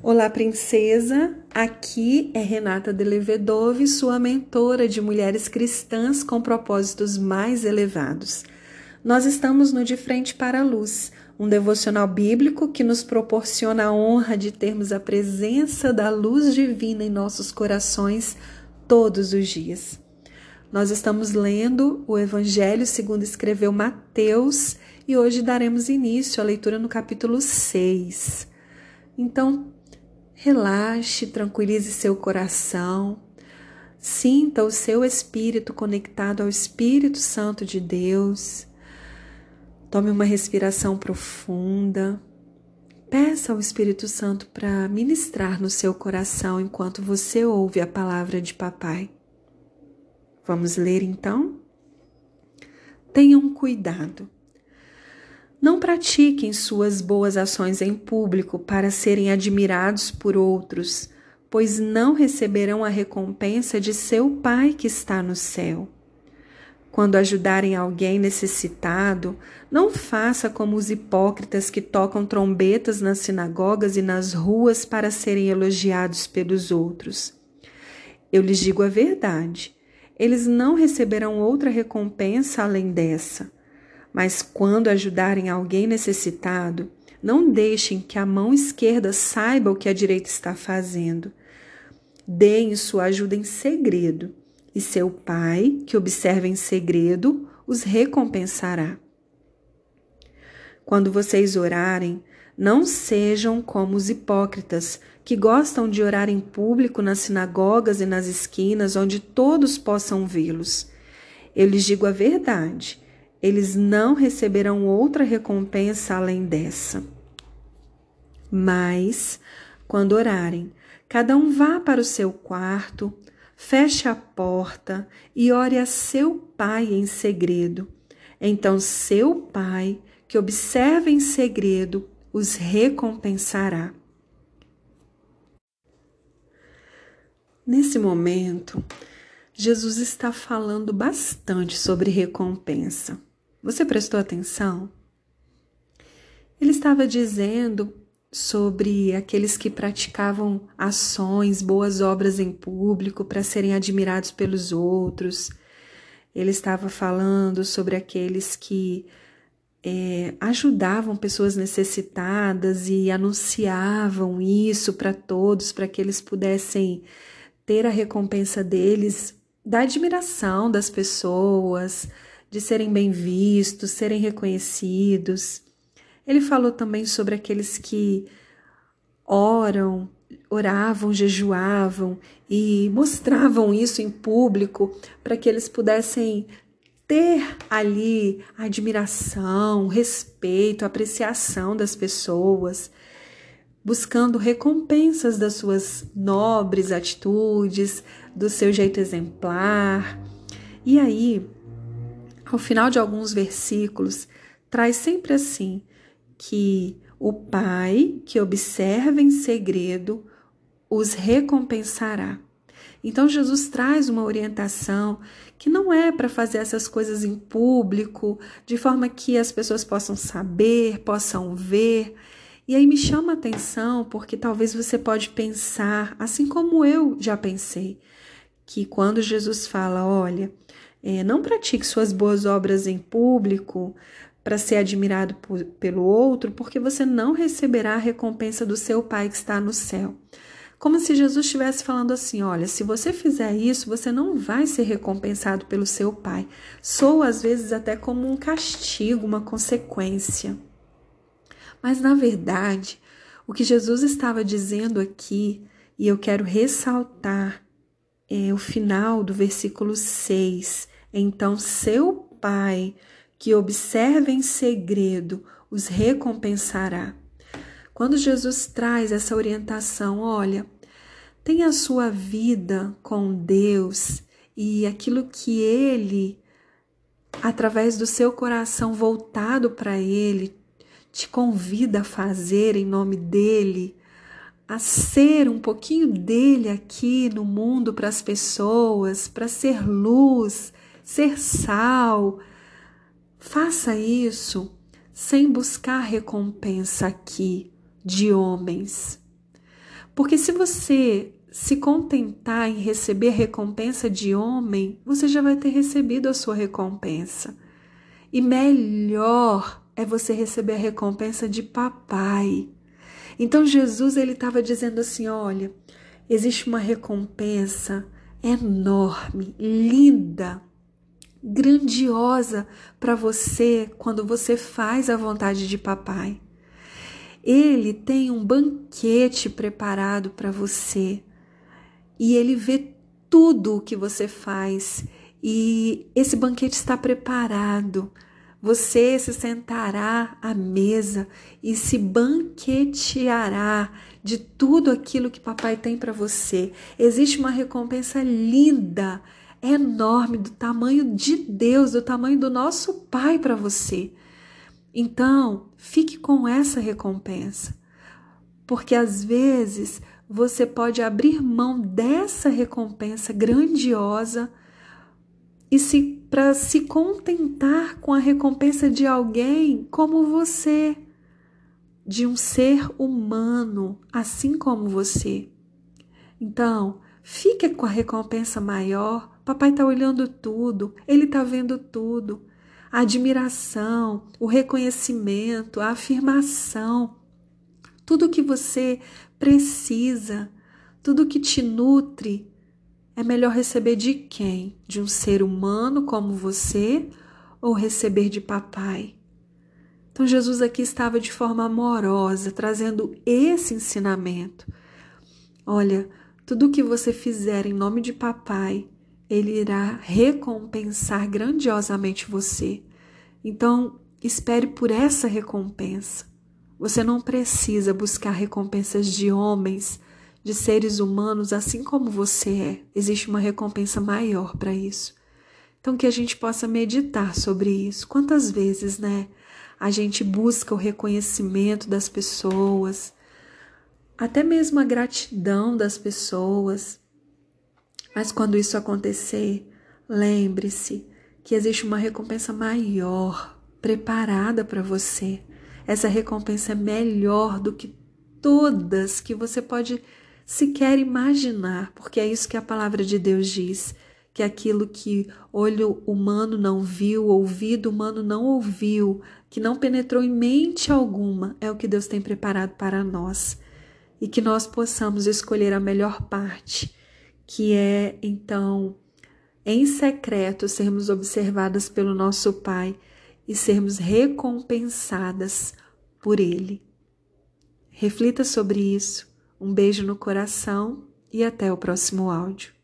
Olá, princesa! Aqui é Renata Delevedove, sua mentora de mulheres cristãs com propósitos mais elevados. Nós estamos no De Frente para a Luz, um devocional bíblico que nos proporciona a honra de termos a presença da luz divina em nossos corações todos os dias. Nós estamos lendo o Evangelho segundo escreveu Mateus e hoje daremos início à leitura no capítulo 6. Então, relaxe, tranquilize seu coração, sinta o seu espírito conectado ao Espírito Santo de Deus. Tome uma respiração profunda. Peça ao Espírito Santo para ministrar no seu coração enquanto você ouve a palavra de papai. Vamos ler então? Tenham cuidado. Não pratiquem suas boas ações em público para serem admirados por outros, pois não receberão a recompensa de seu Pai que está no céu. Quando ajudarem alguém necessitado, não faça como os hipócritas que tocam trombetas nas sinagogas e nas ruas para serem elogiados pelos outros. Eu lhes digo a verdade, eles não receberão outra recompensa além dessa. Mas quando ajudarem alguém necessitado, não deixem que a mão esquerda saiba o que a direita está fazendo. Deem sua ajuda em segredo, e seu Pai, que observa em segredo, os recompensará. Quando vocês orarem, não sejam como os hipócritas, que gostam de orar em público nas sinagogas e nas esquinas, onde todos possam vê-los. Eu lhes digo a verdade. Eles não receberão outra recompensa além dessa. Mas, quando orarem, cada um vá para o seu quarto, feche a porta e ore a seu Pai em segredo. Então seu Pai, que observa em segredo, os recompensará. Nesse momento, Jesus está falando bastante sobre recompensa. Você prestou atenção? Ele estava dizendo sobre aqueles que praticavam ações, boas obras em público para serem admirados pelos outros. Ele estava falando sobre aqueles que ajudavam pessoas necessitadas e anunciavam isso para todos, para que eles pudessem ter a recompensa deles, da admiração das pessoas, de serem bem vistos, serem reconhecidos. Ele falou também sobre aqueles que oravam, jejuavam e mostravam isso em público para que eles pudessem ter ali a admiração, respeito, apreciação das pessoas, buscando recompensas das suas nobres atitudes, do seu jeito exemplar. E aí, ao final de alguns versículos, traz sempre assim, que o Pai, que observa em segredo, os recompensará. Então, Jesus traz uma orientação que não é para fazer essas coisas em público, de forma que as pessoas possam saber, possam ver. E aí me chama a atenção, porque talvez você pode pensar, assim como eu já pensei, que quando Jesus fala, olha, não pratique suas boas obras em público para ser admirado pelo outro, porque você não receberá a recompensa do seu Pai que está no céu. Como se Jesus estivesse falando assim, olha, se você fizer isso, você não vai ser recompensado pelo seu Pai. Soa às vezes até como um castigo, uma consequência. Mas na verdade, o que Jesus estava dizendo aqui, e eu quero ressaltar, é o final do versículo 6. Então, seu Pai, que observa em segredo, os recompensará. Quando Jesus traz essa orientação, olha, tenha a sua vida com Deus e aquilo que Ele, através do seu coração voltado para Ele, te convida a fazer em nome dEle, a ser um pouquinho dele aqui no mundo para as pessoas, para ser luz, ser sal. Faça isso sem buscar recompensa aqui de homens. Porque se você se contentar em receber recompensa de homem, você já vai ter recebido a sua recompensa. E melhor é você receber a recompensa de papai. Então Jesus ele estava dizendo assim, olha, existe uma recompensa enorme, linda, grandiosa para você quando você faz a vontade de papai. Ele tem um banquete preparado para você e ele vê tudo o que você faz e esse banquete está preparado. Você se sentará à mesa e se banqueteará de tudo aquilo que papai tem para você. Existe uma recompensa linda, enorme, do tamanho de Deus, do tamanho do nosso Pai para você. Então, fique com essa recompensa, porque às vezes você pode abrir mão dessa recompensa grandiosa e para se contentar com a recompensa de alguém como você, de um ser humano, assim como você. Então, fique com a recompensa maior. Papai está olhando tudo, ele está vendo tudo. A admiração, o reconhecimento, a afirmação, tudo que você precisa, tudo que te nutre, é melhor receber de quem? De um ser humano como você ou receber de papai? Então Jesus aqui estava de forma amorosa, trazendo esse ensinamento. Olha, tudo que você fizer em nome de papai, ele irá recompensar grandiosamente você. Então, espere por essa recompensa. Você não precisa buscar recompensas de homens, de seres humanos, assim como você é. Existe uma recompensa maior para isso. Então, que a gente possa meditar sobre isso. Quantas vezes, a gente busca o reconhecimento das pessoas, até mesmo a gratidão das pessoas. Mas quando isso acontecer, lembre-se que existe uma recompensa maior preparada para você. Essa recompensa é melhor do que todas que você pode sequer imaginar, porque é isso que a palavra de Deus diz, que aquilo que olho humano não viu, ouvido humano não ouviu, que não penetrou em mente alguma, é o que Deus tem preparado para nós. E que nós possamos escolher a melhor parte, que é, então, em secreto, sermos observadas pelo nosso Pai e sermos recompensadas por Ele. Reflita sobre isso. Um beijo no coração e até o próximo áudio.